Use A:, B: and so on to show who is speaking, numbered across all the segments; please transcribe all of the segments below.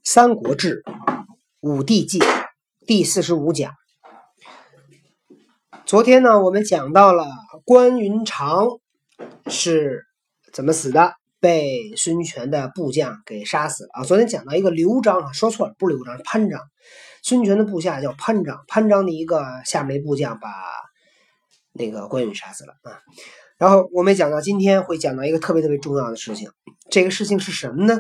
A: 三国志武帝纪第45讲。昨天呢，我们讲到了关云长是怎么死的，被孙权的部将给杀死了啊。昨天讲到一个刘璋，说错了，不是刘璋，是潘璋。孙权的部下叫潘璋，潘璋的一个下面的部将把那个关羽杀死了啊。然后我们讲到今天会讲到一个特别重要的事情，这个事情是什么呢？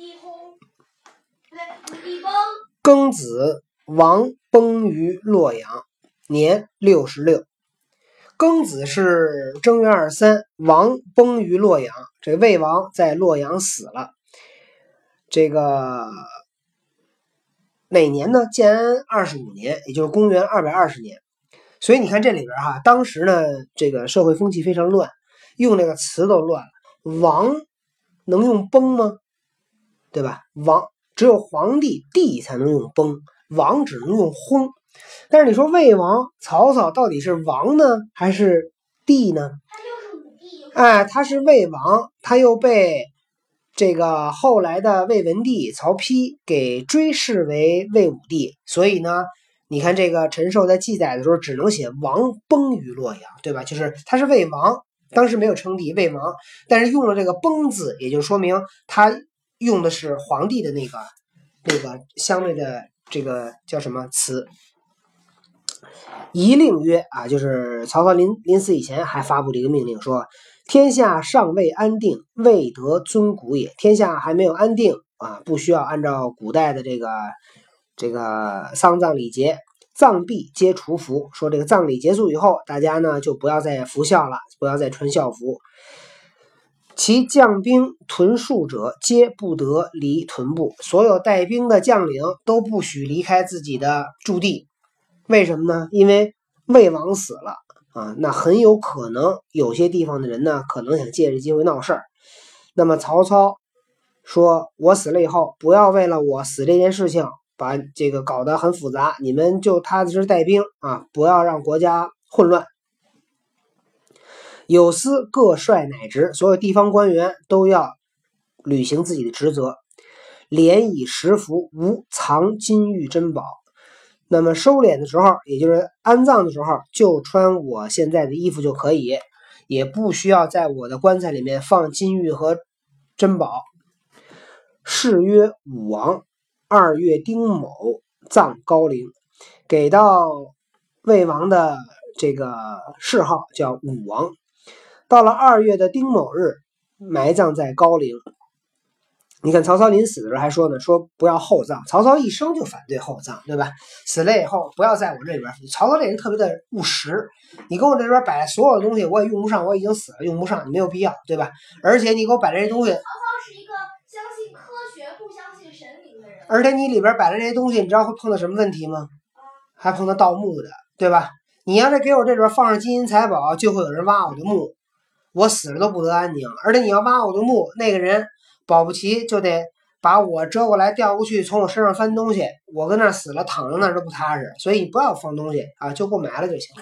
A: 庚子，王崩于洛阳，年66。庚子是正月23，王崩于洛阳，这魏王在洛阳死了。这个哪年呢？建安25年，也就是公元220年。所以你看这里边当时呢，这个社会风气非常乱，用这个词都乱了。王能用崩吗？对吧？王只有皇帝帝才能用崩，王只能用薨。但是你说魏王曹操到底是王呢还是帝呢？他是魏王，他又被这个后来的魏文帝曹丕给追谥为魏武帝，所以呢你看这个陈寿在记载的时候只能写王崩于洛阳，对吧？就是他是魏王，当时没有称帝魏王，但是用了这个崩字，也就说明他用的是皇帝的那个相对的这个叫什么词。遗令曰就是曹操临死以前还发布了一个命令，说天下尚未安定，未得尊古也。天下还没有安定不需要按照古代的这个丧葬礼节，葬毕皆除服，说这个葬礼结束以后，大家呢就不要再服孝了，不要再穿孝服。其将兵屯戍者皆不得离屯部，所有带兵的将领都不许离开自己的驻地。为什么呢？因为魏王死了那很有可能有些地方的人呢可能想借着机会闹事儿。那么曹操说，我死了以后不要为了我死这件事情把这个搞得很复杂，你们就踏实带兵不要让国家混乱。有司各率乃职，所有地方官员都要履行自己的职责。敛以食服，无藏金玉珍宝。那么收敛的时候，也就是安葬的时候，就穿我现在的衣服就可以，也不需要在我的棺材里面放金玉和珍宝。谥曰武王，2月丁卯葬高陵，给到魏王的这个谥号叫武王。到了2月的丁卯日，埋葬在高陵。你看曹操临死的时候还说呢，说不要厚葬。曹操一生就反对厚葬，对吧？死了以后不要在我这边。曹操这人特别的务实，你跟我这边摆所有的东西我也用不上，我已经死了用不上，你没有必要，对吧？而且你给我摆这些东西，
B: 曹操是一个相信科学不相信神明的人，
A: 而且你里边摆的这些东西，你知道会碰到什么问题吗？还碰到盗墓的，对吧？你要是给我这边放上金银财宝，就会有人挖我的墓，我死了都不得安宁。而且你要挖我的墓，那个人保不齐就得把我折过来调过去，从我身上翻东西，我跟那死了躺在那都不踏实。所以你不要放东西就给我埋了就行了。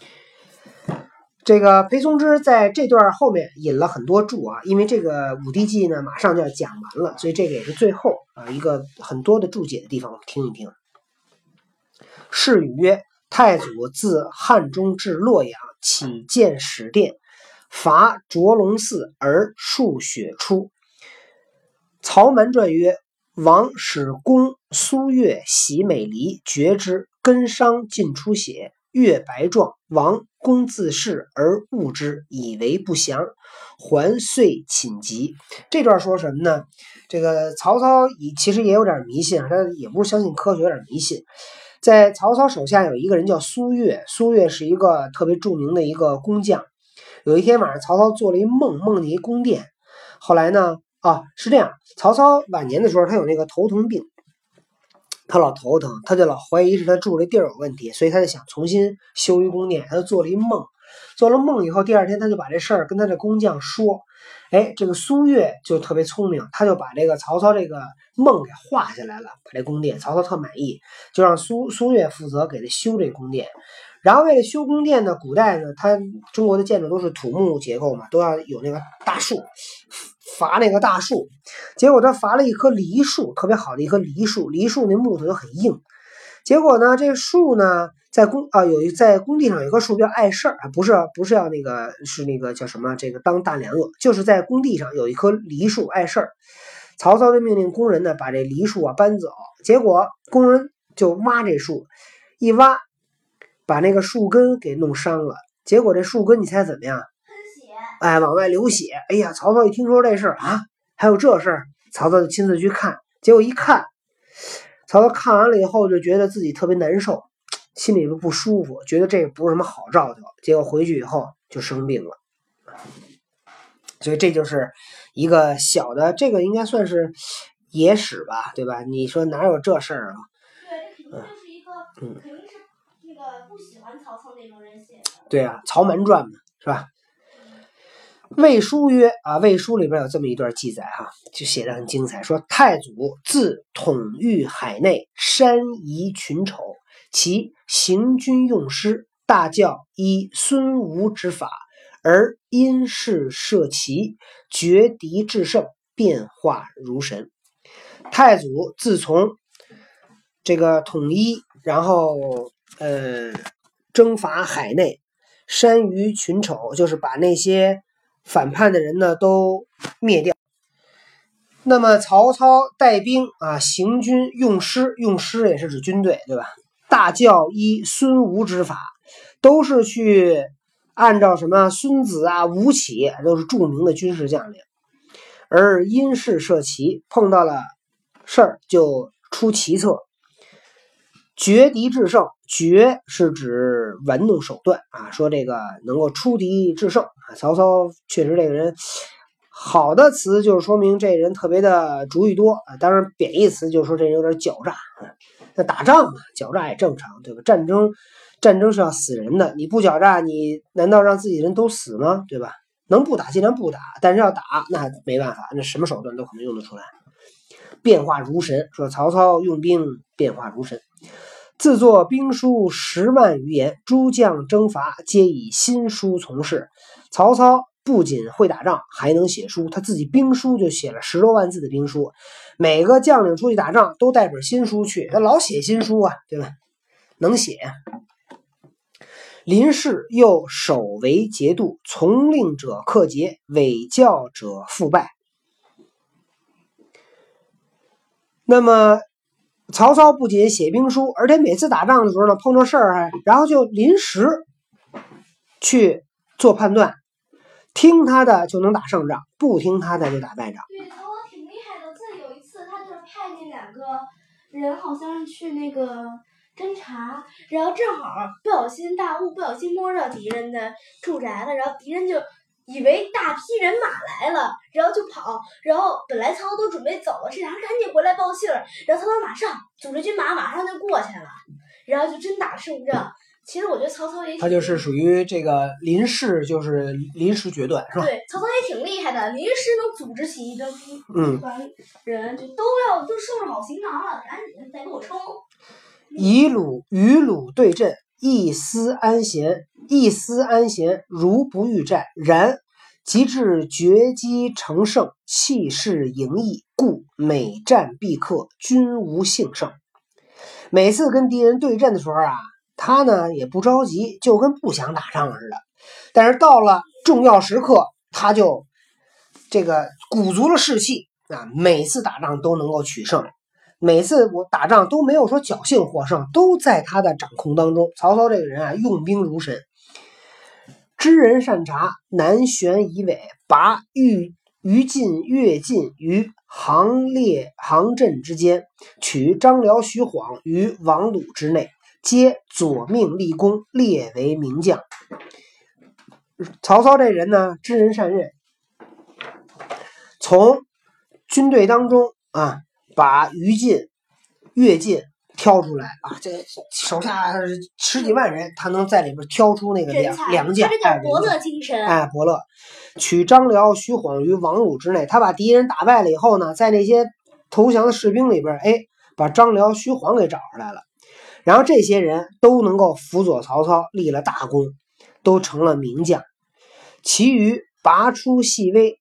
A: 这个裴松之在这段后面引了很多注因为这个武帝纪呢马上就要讲完了，所以这个也是最后一个很多的注解的地方，我们听一听。谥语曰：太祖自汉中至洛阳，起建始殿，伐卓龙寺而数雪出。曹瞒传曰：王使公苏越洗美离，绝之，根伤尽出血，月白状，王公自视而恶之，以为不祥，还遂寝疾。这段说什么呢？这个曹操其实也有点迷信，他也不是相信科学，有点迷信。在曹操手下有一个人叫苏越，苏越是一个特别著名的一个工匠。有一天晚上，曹操做了一梦，梦见一宫殿。后来呢是这样，曹操晚年的时候他有那个头疼病，他老头疼，他就老怀疑是他住的地儿有问题，所以他就想重新修一宫殿。他就做了一梦，做了梦以后，第二天他就把这事儿跟他的工匠说。这个苏越就特别聪明，他就把这个曹操这个梦给画下来了，把这宫殿，曹操特满意，就让苏越负责给他修这宫殿。然后为了修宫殿呢，古代呢，中国的建筑都是土木结构嘛，都要有那个大树伐那个大树，结果他伐了一棵梨树，特别好的一棵梨树，梨树那木头就很硬。结果呢，这树呢，在工地上有一棵树叫碍事儿，不是要那个是那个叫什么这个当大梁恶，就是在工地上有一棵梨树碍事儿。曹操就命令工人呢把这梨树搬走，结果工人就挖这树，一挖把那个树根给弄伤了，结果这树根你猜怎么样？
B: 喷血，
A: 往外流血。哎呀，曹操一听说这事儿啊，还有这事儿，曹操就亲自去看，结果一看，曹操看完了以后就觉得自己特别难受，心里不舒服，觉得这个不是什么好兆头，结果回去以后就生病了。所以这就是一个小的，这个应该算是野史吧，对吧？你说哪有这事儿啊？
B: 对，这肯定就是一个，肯定是那个不喜欢曹操那种人写的。
A: 对啊，《曹瞒传》嘛，是吧？魏书曰魏书里边有这么一段记载就写得很精彩，说太祖自统御海内，山夷群丑，其行军用师，大教依孙吴之法，而因势设奇，决敌制胜，变化如神。太祖自从这个统一，然后征伐海内，山夷群丑，就是把那些反叛的人呢都灭掉。那么曹操带兵行军用师，用师也是指军队，对吧？大教依孙吴之法，都是去按照什么孙子吴起，都是著名的军事将领。而因势设奇，碰到了事儿就出奇策，决敌制胜。决是指玩弄手段说这个能够出敌制胜曹操确实这个人好的词就是说明这人特别的主意多当然贬义词就是说这人有点狡诈那打仗嘛，狡诈也正常，对吧？战争是要死人的，你不狡诈，你难道让自己人都死吗？对吧？能不打尽量不打，但是要打那没办法，那什么手段都可能用得出来。变化如神，说曹操用兵变化如神。自作兵书10万余言，诸将征伐皆以新书从事。曹操不仅会打仗，还能写书，他自己兵书就写了10多万字的兵书。每个将领出去打仗都带本新书去，他老写新书对吧？能写。临事又守为节度，从令者克节，违教者复败。那么曹操不仅写兵书，而且每次打仗的时候呢，碰着事儿然后就临时去做判断，听他的就能打胜仗，不听他的就打败仗。
B: 对，曹操挺厉害的。记得有一次，他就是派那2个人，好像是去那个侦查，然后正好不小心大雾，不小心摸着敌人的住宅了，然后敌人就以为大批人马来了，然后就跑，然后本来曹操都准备走了，这俩人赶紧回来报信儿，然后曹操马上组织军马马上就过去了，然后就真打胜仗。其实我觉得曹操也挺，
A: 他就是属于这个临事，就是临时决断，是吧？
B: 对，曹操也挺厉害的，临时能组织起一团人，就都收拾好行囊了，赶紧再给我冲。
A: 与鲁对阵，一丝安闲，如不欲战。然及至决击成胜，气势盈溢，故每战必克，均无幸胜。每次跟敌人对阵的时候他呢也不着急，就跟不想打仗似的。但是到了重要时刻，他就这个鼓足了士气每次打仗都能够取胜。每次我打仗都没有说侥幸获胜，都在他的掌控当中。曹操这个人用兵如神，知人善察，难旋以尾，拔于禁越禁于行阵之间，取张辽、徐晃于王鲁之内，皆左命立功，列为名将。曹操这人呢，知人善任，从军队当中把于禁、越禁挑出来这手下10几万人，他能在里边挑出那个良将，
B: 这叫伯乐精神。
A: 伯乐，取张辽、徐晃于王鲁之内，他把敌人打败了以后呢，在那些投降的士兵里边，把张辽、徐晃给找出来了，然后这些人都能够辅佐曹操，立了大功，都成了名将。其余拔出细微，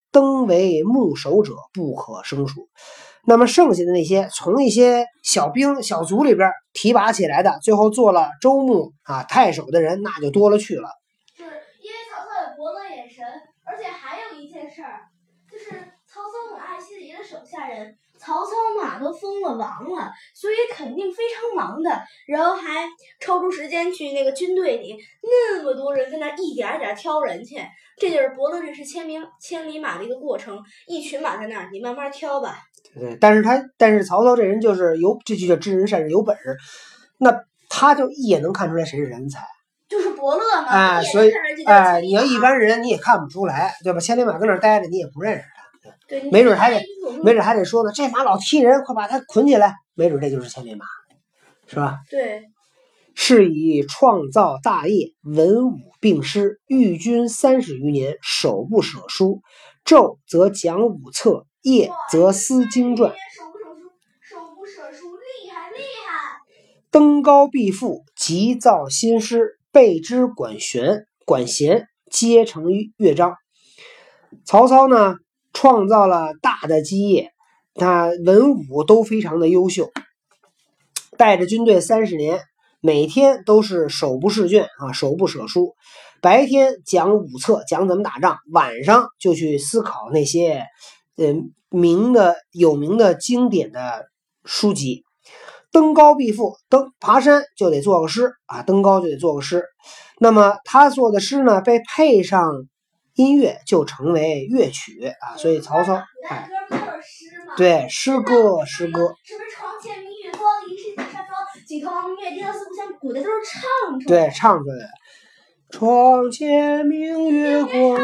A: 登为牧守者，不可胜数。那么剩下的那些从一些小兵小卒里边提拔起来的，最后做了州牧太守的人，那就多了去了。
B: 是因为曹操有伯乐眼神，而且还有一件事儿，就是曹操很爱惜自己的手下人。曹操嘛都封了王了，所以肯定非常忙的，然后还抽出时间去那个军队里，那么多人跟那一点一点挑人去，这就是伯乐认识千里马的一个过程。一群马在那儿，你慢慢挑吧。
A: 对，但是曹操这人就是这就叫知人善任，有本事，那他就一眼能看出来谁是人才。
B: 就是伯乐嘛，
A: 所以你要一般人你也看不出来，对吧？千里马跟那儿待着，你也不认识他。
B: 对，
A: 没准还得说呢，这马老踢人，快把它捆起来。没准这就是千里马，是吧？
B: 对。
A: 是以创造大业，文武并施，御军30余年，手不舍书。昼则讲武策，夜则思经传。
B: 手不舍书，厉害厉害！
A: 登高必赋，急造新诗，备之管弦，皆成乐章。曹操呢，创造了大的基业，他文武都非常的优秀，带着军队30年，每天都是手不释卷手不舍书，白天讲武策，讲怎么打仗，晚上就去思考那些有名的经典的书籍。登高必赋，爬山就得做个诗登高就得做个诗。那么他做的诗呢，被配上音乐就成为乐曲所以曹操对诗歌，
B: 是不是床前明月光，疑是地上霜，举头望明月，低头思故乡，古代都是唱出来的。
A: 对，唱出来的。床前明月光，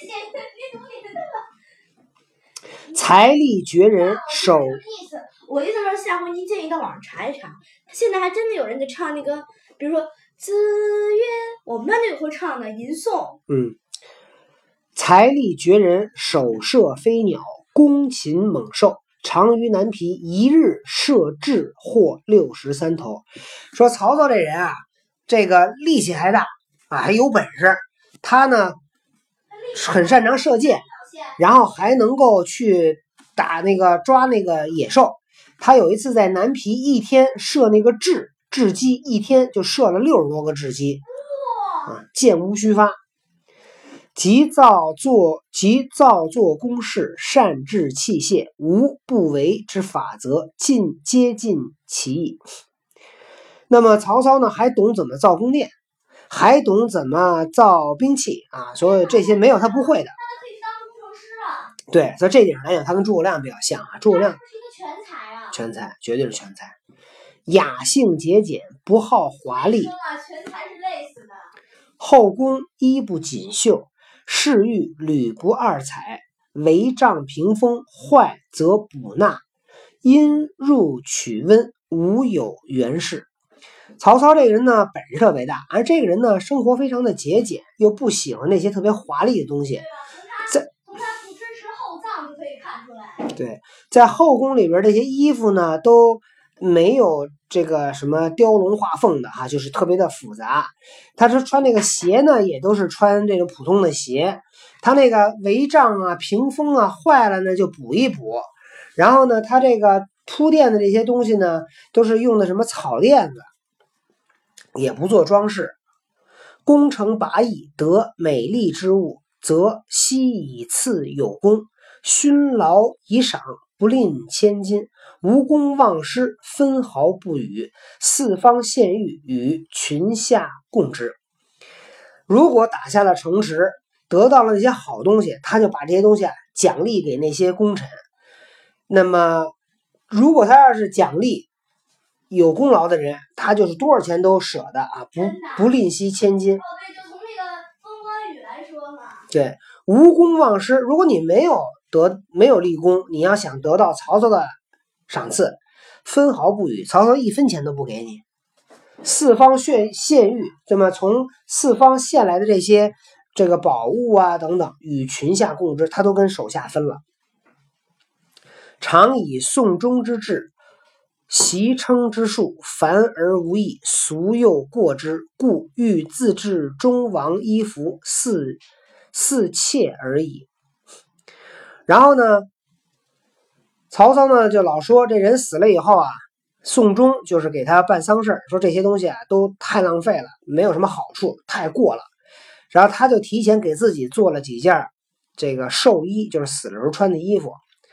A: 财力绝人，手。
B: 我意思是，下回您建议到网上查一查，现在还真的有人在唱那个，比如说子曰，我们班就有会唱的吟诵。
A: 财力绝人，手射飞鸟，弓禽猛兽，长于南皮，一日射雉获63头。说曹操这人这个力气还大还有本事，他呢很擅长射箭，然后还能够去抓那个野兽。他有一次在南皮一天射那个雉鸡，一天就射了60多个雉鸡箭无虚发。急造作工事，善治器械，无不为之法则，皆尽其意。那么曹操呢，还懂怎么造宫殿，还懂怎么造兵器所以这些没有他不会的。
B: 他可以当工程师了。
A: 对，所以这点上来讲，他跟诸葛亮比较像诸葛亮
B: 是一个全才
A: 全才，绝对是全才。雅性节俭，不好华丽。
B: 全才是累死的。
A: 后宫衣不锦绣，饰玉履不二彩，帷帐屏风，坏则补纳，因入取温，无有原事。曹操这个人呢，本事特别大，而这个人呢，生活非常的节俭，又不喜欢那些特别华丽的东西。
B: 从他不支持厚葬就可以看出来。
A: 对，在后宫里边这些衣服呢，都没有这个什么雕龙画凤的就是特别的复杂。他说穿那个鞋呢，也都是穿这种普通的鞋。他那个帷帐屏风坏了呢，就补一补。然后呢，他这个铺垫的这些东西呢，都是用的什么草垫子，也不做装饰。攻城拔邑，得美丽之物，则悉以赐有功，勋劳以赏，不吝千金，无功忘施，分毫不与，四方献御，与群下共之。如果打下了城池，得到了那些好东西，他就把这些东西奖励给那些功臣。那么如果他要是奖励有功劳的人，他就是多少钱都舍得不吝惜千金。
B: 对，就从那个风关羽来说嘛。
A: 对，无功忘施。如果你没有立功，你要想得到曹操的赏赐，分毫不与，曹操1分钱都不给你。四方献御，那么从四方献来的这个宝物等等，与群下共之，他都跟手下分了。常以宋中之制，习称之术，繁而无益，俗又过之，故欲自制中王衣服，似妾而已。 然后呢，曹操呢就老说这人死了以后啊，送终就是给他办丧事，说这些东西啊都太浪费了，没有什么好处，太过了。然后他就提前给自己做了几件这个寿衣，就是死的时候穿的衣服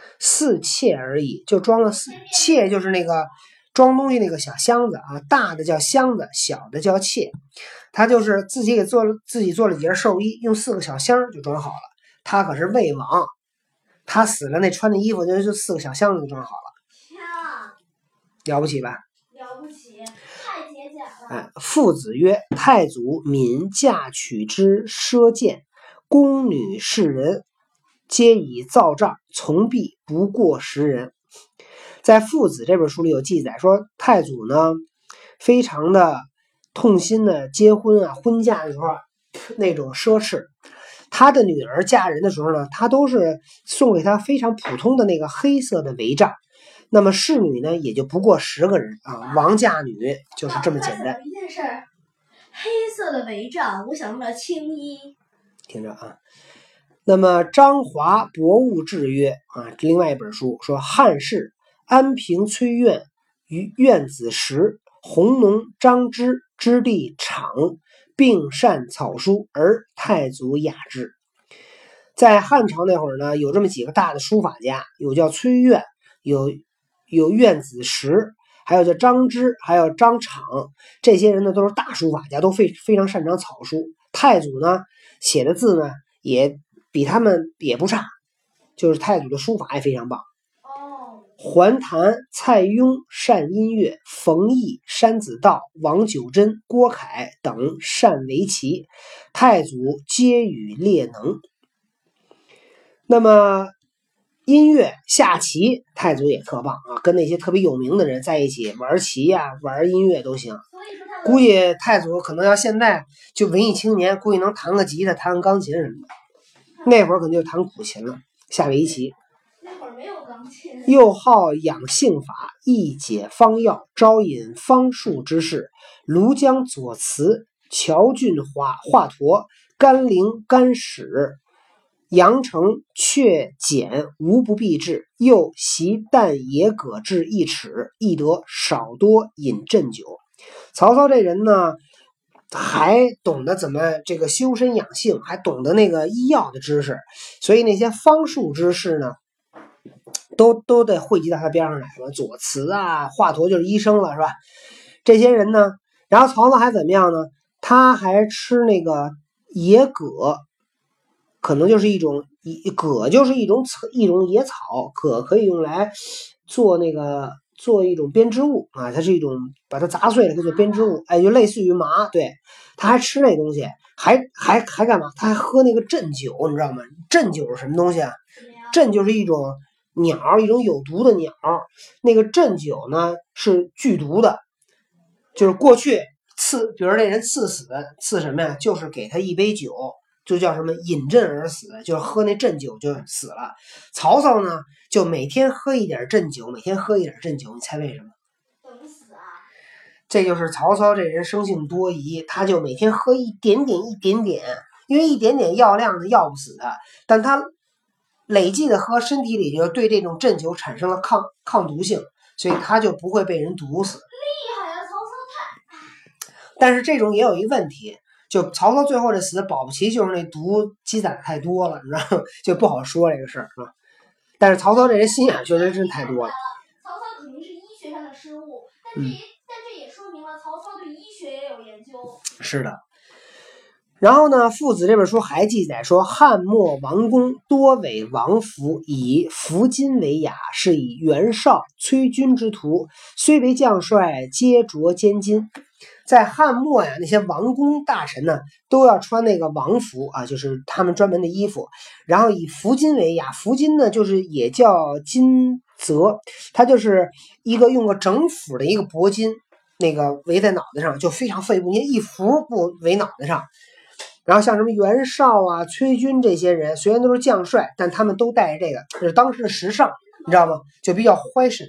A: ，4箧而已，就装了箧，就是那个装东西那个小箱子啊，大的叫箱子，小的叫箧。他就是自己做了几件寿衣，用4个小箱就装好了。他可是魏王，他死了那穿的衣服就4个小箱子就装好了，了不起吧？
B: 了不起，太节俭了。
A: 父子曰：太祖敏嫁娶之奢贱，宫女士人皆以造帐，从婢不过10人。在《父子》这本书里有记载说，太祖呢非常的痛心的结婚啊，婚嫁的时候那种奢侈。他的女儿嫁人的时候呢，他都是送给他非常普通的那个黑色的帷帐。那么侍女呢，也就不过10个人啊，王嫁女就是这么简单。
B: 一件事，黑色的帷帐，我想到了青衣。
A: 听着啊，那么张华《博物志》曰啊，另外一本书说，汉室安平崔苑与苑子时，弘农张芝之弟昶，并善草书，而太祖雅之。在汉朝那会儿呢，有这么几个大的书法家，有叫崔苑，有苑子时，还有叫张芝，还有张昶。这些人呢都是大书法家，都非常擅长草书。太祖呢写的字呢也比他们也不差，就是太祖的书法也非常棒。桓谭、蔡邕善音乐，冯异、山子道、王九真、郭凯等善围棋，太祖皆与列能。那么音乐下棋，太祖也特棒啊，跟那些特别有名的人在一起玩棋呀、玩音乐都行。估计太祖可能要现在就文艺青年，估计能弹个吉他、弹个钢琴什么的。那会儿可能就弹古琴了，下围棋。
B: 那会儿没有钢琴。
A: 又好养性法，易解方药，招引方术之士。庐江左慈、乔郡华佗、甘陵甘史、阳城却简无不必至，又习淡野葛至1尺，亦得少多饮鸩酒。曹操这人呢，还懂得怎么这个修身养性，还懂得那个医药的知识，所以那些方术之士呢，都得汇集到他边上来了。左慈啊，华佗就是医生了，是吧？这些人呢，然后曹操还怎么样呢？他还吃那个野葛，可能就是一种葛，就是一种野草，葛可以用来做一种编织物啊，它是一种把它砸碎了可以做编织物，哎，就类似于麻。对，他还吃那东西，还干嘛？他还喝那个鸩酒，你知道吗？鸩酒是什么东西啊？鸩就是一种鸟，一种有毒的鸟。那个鸩酒呢是剧毒的，就是过去比如那人赐什么呀？就是给他一杯酒，就叫什么饮鸩而死，就是喝那鸩酒就死了。曹操呢就每天喝一点鸩酒，每天喝一点鸩酒，你猜为什么？
B: 等死啊！
A: 这就是曹操这人生性多疑，他就每天喝一点点，因为一点点药量呢药不死他，但他累计的喝，身体里就对这种鸩酒产生了抗毒性，所以他就不会被人毒死。
B: 厉害啊，曹操
A: 但是这种也有一问题，就曹操最后这死保不齐就是那毒积攒太多了，你知道吗？就不好说这个事儿啊。但是曹操这人心眼确实真太多了。
B: 曹操肯定是医学上的失误，但这也说明了曹操对医学也有研究。
A: 是的。然后呢，《父子》这本书还记载说，汉末王公多为王服，以服金为雅，是以袁绍、崔军之徒，虽为将帅，皆着坚金。在汉末呀，那些王公大臣呢，都要穿那个王服啊，就是他们专门的衣服，然后以服金为雅。服金呢，就是也叫金泽，它就是用个整幅的一个铂金，那个围在脑袋上，就非常费布，一幅布围脑袋上。然后像什么袁绍啊、崔军这些人，虽然都是将帅，但他们都带着这个，这是当时的时尚，你知道吗？就比较fashion。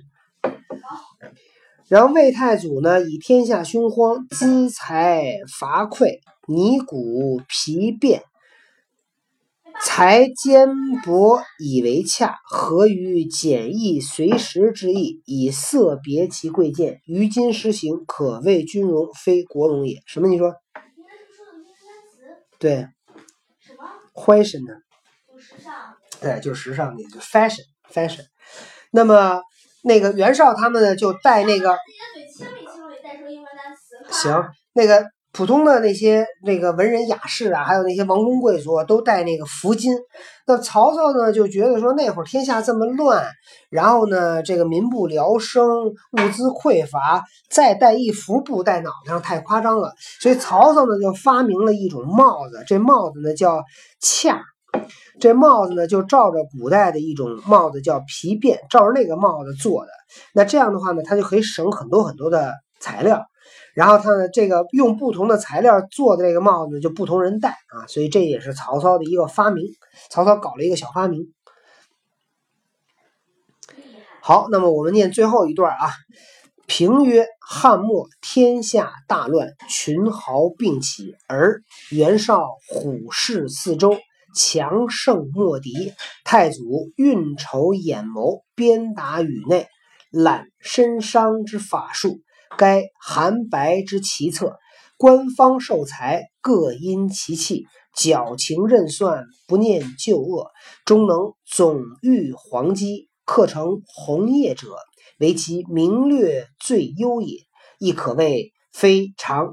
A: 然后魏太祖呢，以天下凶荒，资财乏匮，泥谷疲变， 才坚帛以为洽，合于简易随时之意，以色别其贵贱。于今实行，可谓军容，非国容也。什么？你说？
B: 应该是说的名词单词。
A: 对。
B: 什么
A: fashion 呢？
B: 就时尚。
A: 对，就是时尚的，就 fashion。那么那个袁绍他们呢，就带那个。行，那个普通的那些那个文人雅士啊，还有那些王公贵族都戴那个服巾。那曹操呢就觉得说那会儿天下这么乱，然后呢这个民不聊生，物资匮乏，再戴一服布戴脑袋上太夸张了，所以曹操呢就发明了一种帽子，这帽子呢叫恰。这帽子呢就照着古代的一种帽子叫皮辫，照着那个帽子做的。那这样的话呢，它就可以省很多很多的材料。然后它呢，这个用不同的材料做的这个帽子就不同人戴啊，所以这也是曹操的一个发明。曹操搞了一个小发明。好，那么我们念最后一段啊。评曰：汉末天下大乱，群豪并起，而袁绍虎视四周，强盛莫敌。太祖运筹眼谋，鞭打宇内，揽申商之法术，该韩白之奇策，官方授财，各因其器，矫情任算，不念旧恶，终能总御黄鸡，刻成红叶者，为其名略最优也，亦可谓非常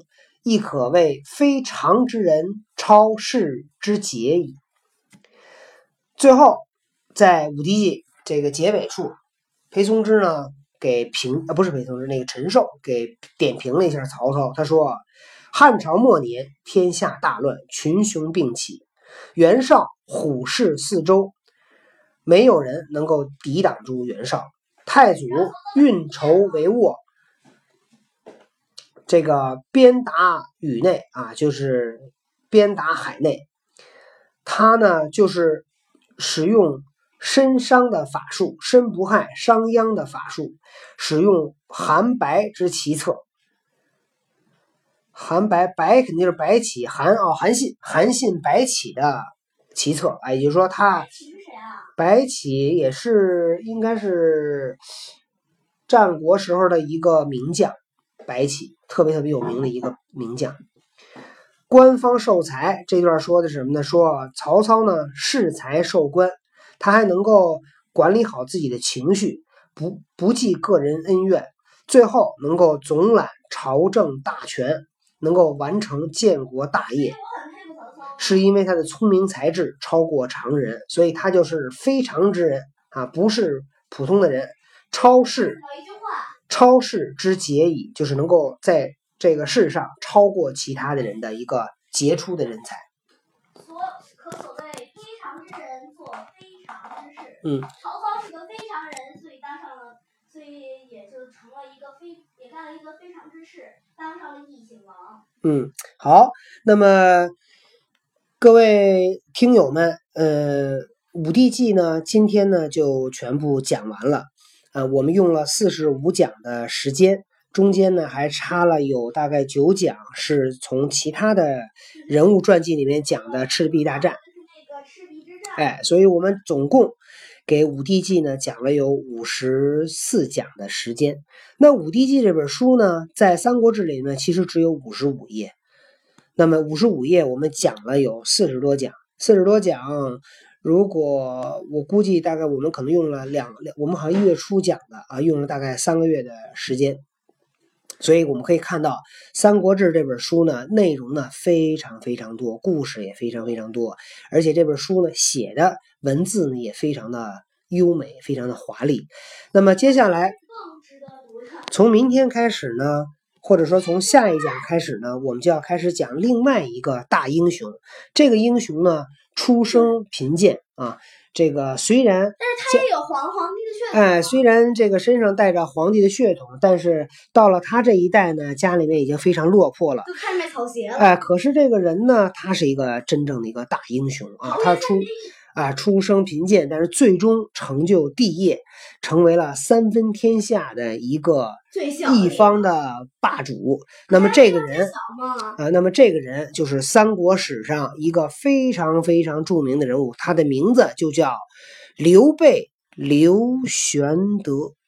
A: 之人，超世之杰矣。最后在武帝纪这个结尾处，裴松之呢不是裴松之，那个陈寿给点评了一下曹操。他说，汉朝末年天下大乱，群雄并起，袁绍虎视四周，没有人能够抵挡住袁绍。太祖运筹帷幄，这个鞭打宇内啊，就是鞭打海内。他呢就是使用申商的法术，申不害商鞅的法术，使用韩白之奇策。韩白肯定是白起，韩信白起的奇策啊，也就是说他白起也是应该是战国时候的一个名将，白起特别有名的一个名将。官方授财这段说的是什么呢？说曹操呢恃财受官，他还能够管理好自己的情绪，不计个人恩怨，最后能够总揽朝政大权，能够完成建国大业，是因为他的聪明才智超过常人，所以他就是非常之人啊，不是普通的人，超世之杰矣，就是能够在这个世上超过其他的人的一个杰出的人才。
B: 可所谓非常之人做非常之事。曹操是个非常人，所以也就成了也干了一个非常之事，当上了异姓王。
A: 好，那么各位听友们，武帝纪呢，今天呢就全部讲完了。我们用了45讲的时间，中间呢还插了有大概9讲是从其他的人物传记里面讲的赤壁大战。所以我们总共给武帝纪呢讲了有54讲的时间。那武帝纪这本书呢，在三国志里呢其实只有55页。那么55页我们讲了有40多讲，如果我估计大概我们可能用了我们好像1月初讲的啊，用了大概3个月的时间。所以我们可以看到《三国志》这本书呢，内容呢非常非常多，故事也非常非常多，而且这本书呢写的文字呢也非常的优美，非常的华丽。那么接下来从明天开始呢，或者说从下一讲开始呢，我们就要开始讲另外一个大英雄。这个英雄呢出生贫贱啊，这个虽然
B: 但是他也有皇帝的血统，
A: 虽然这个身上带着皇帝的血统，但是到了他这一代呢，家里面已经非常落魄了，
B: 就开始卖草鞋了。
A: 可是这个人呢，他是一个真正的一个大英雄啊，他出生贫贱，但是最终成就帝业，成为了三分天下的一个一方的霸主。那么这个人就是三国史上一个非常非常著名的人物，他的名字就叫刘备刘玄德。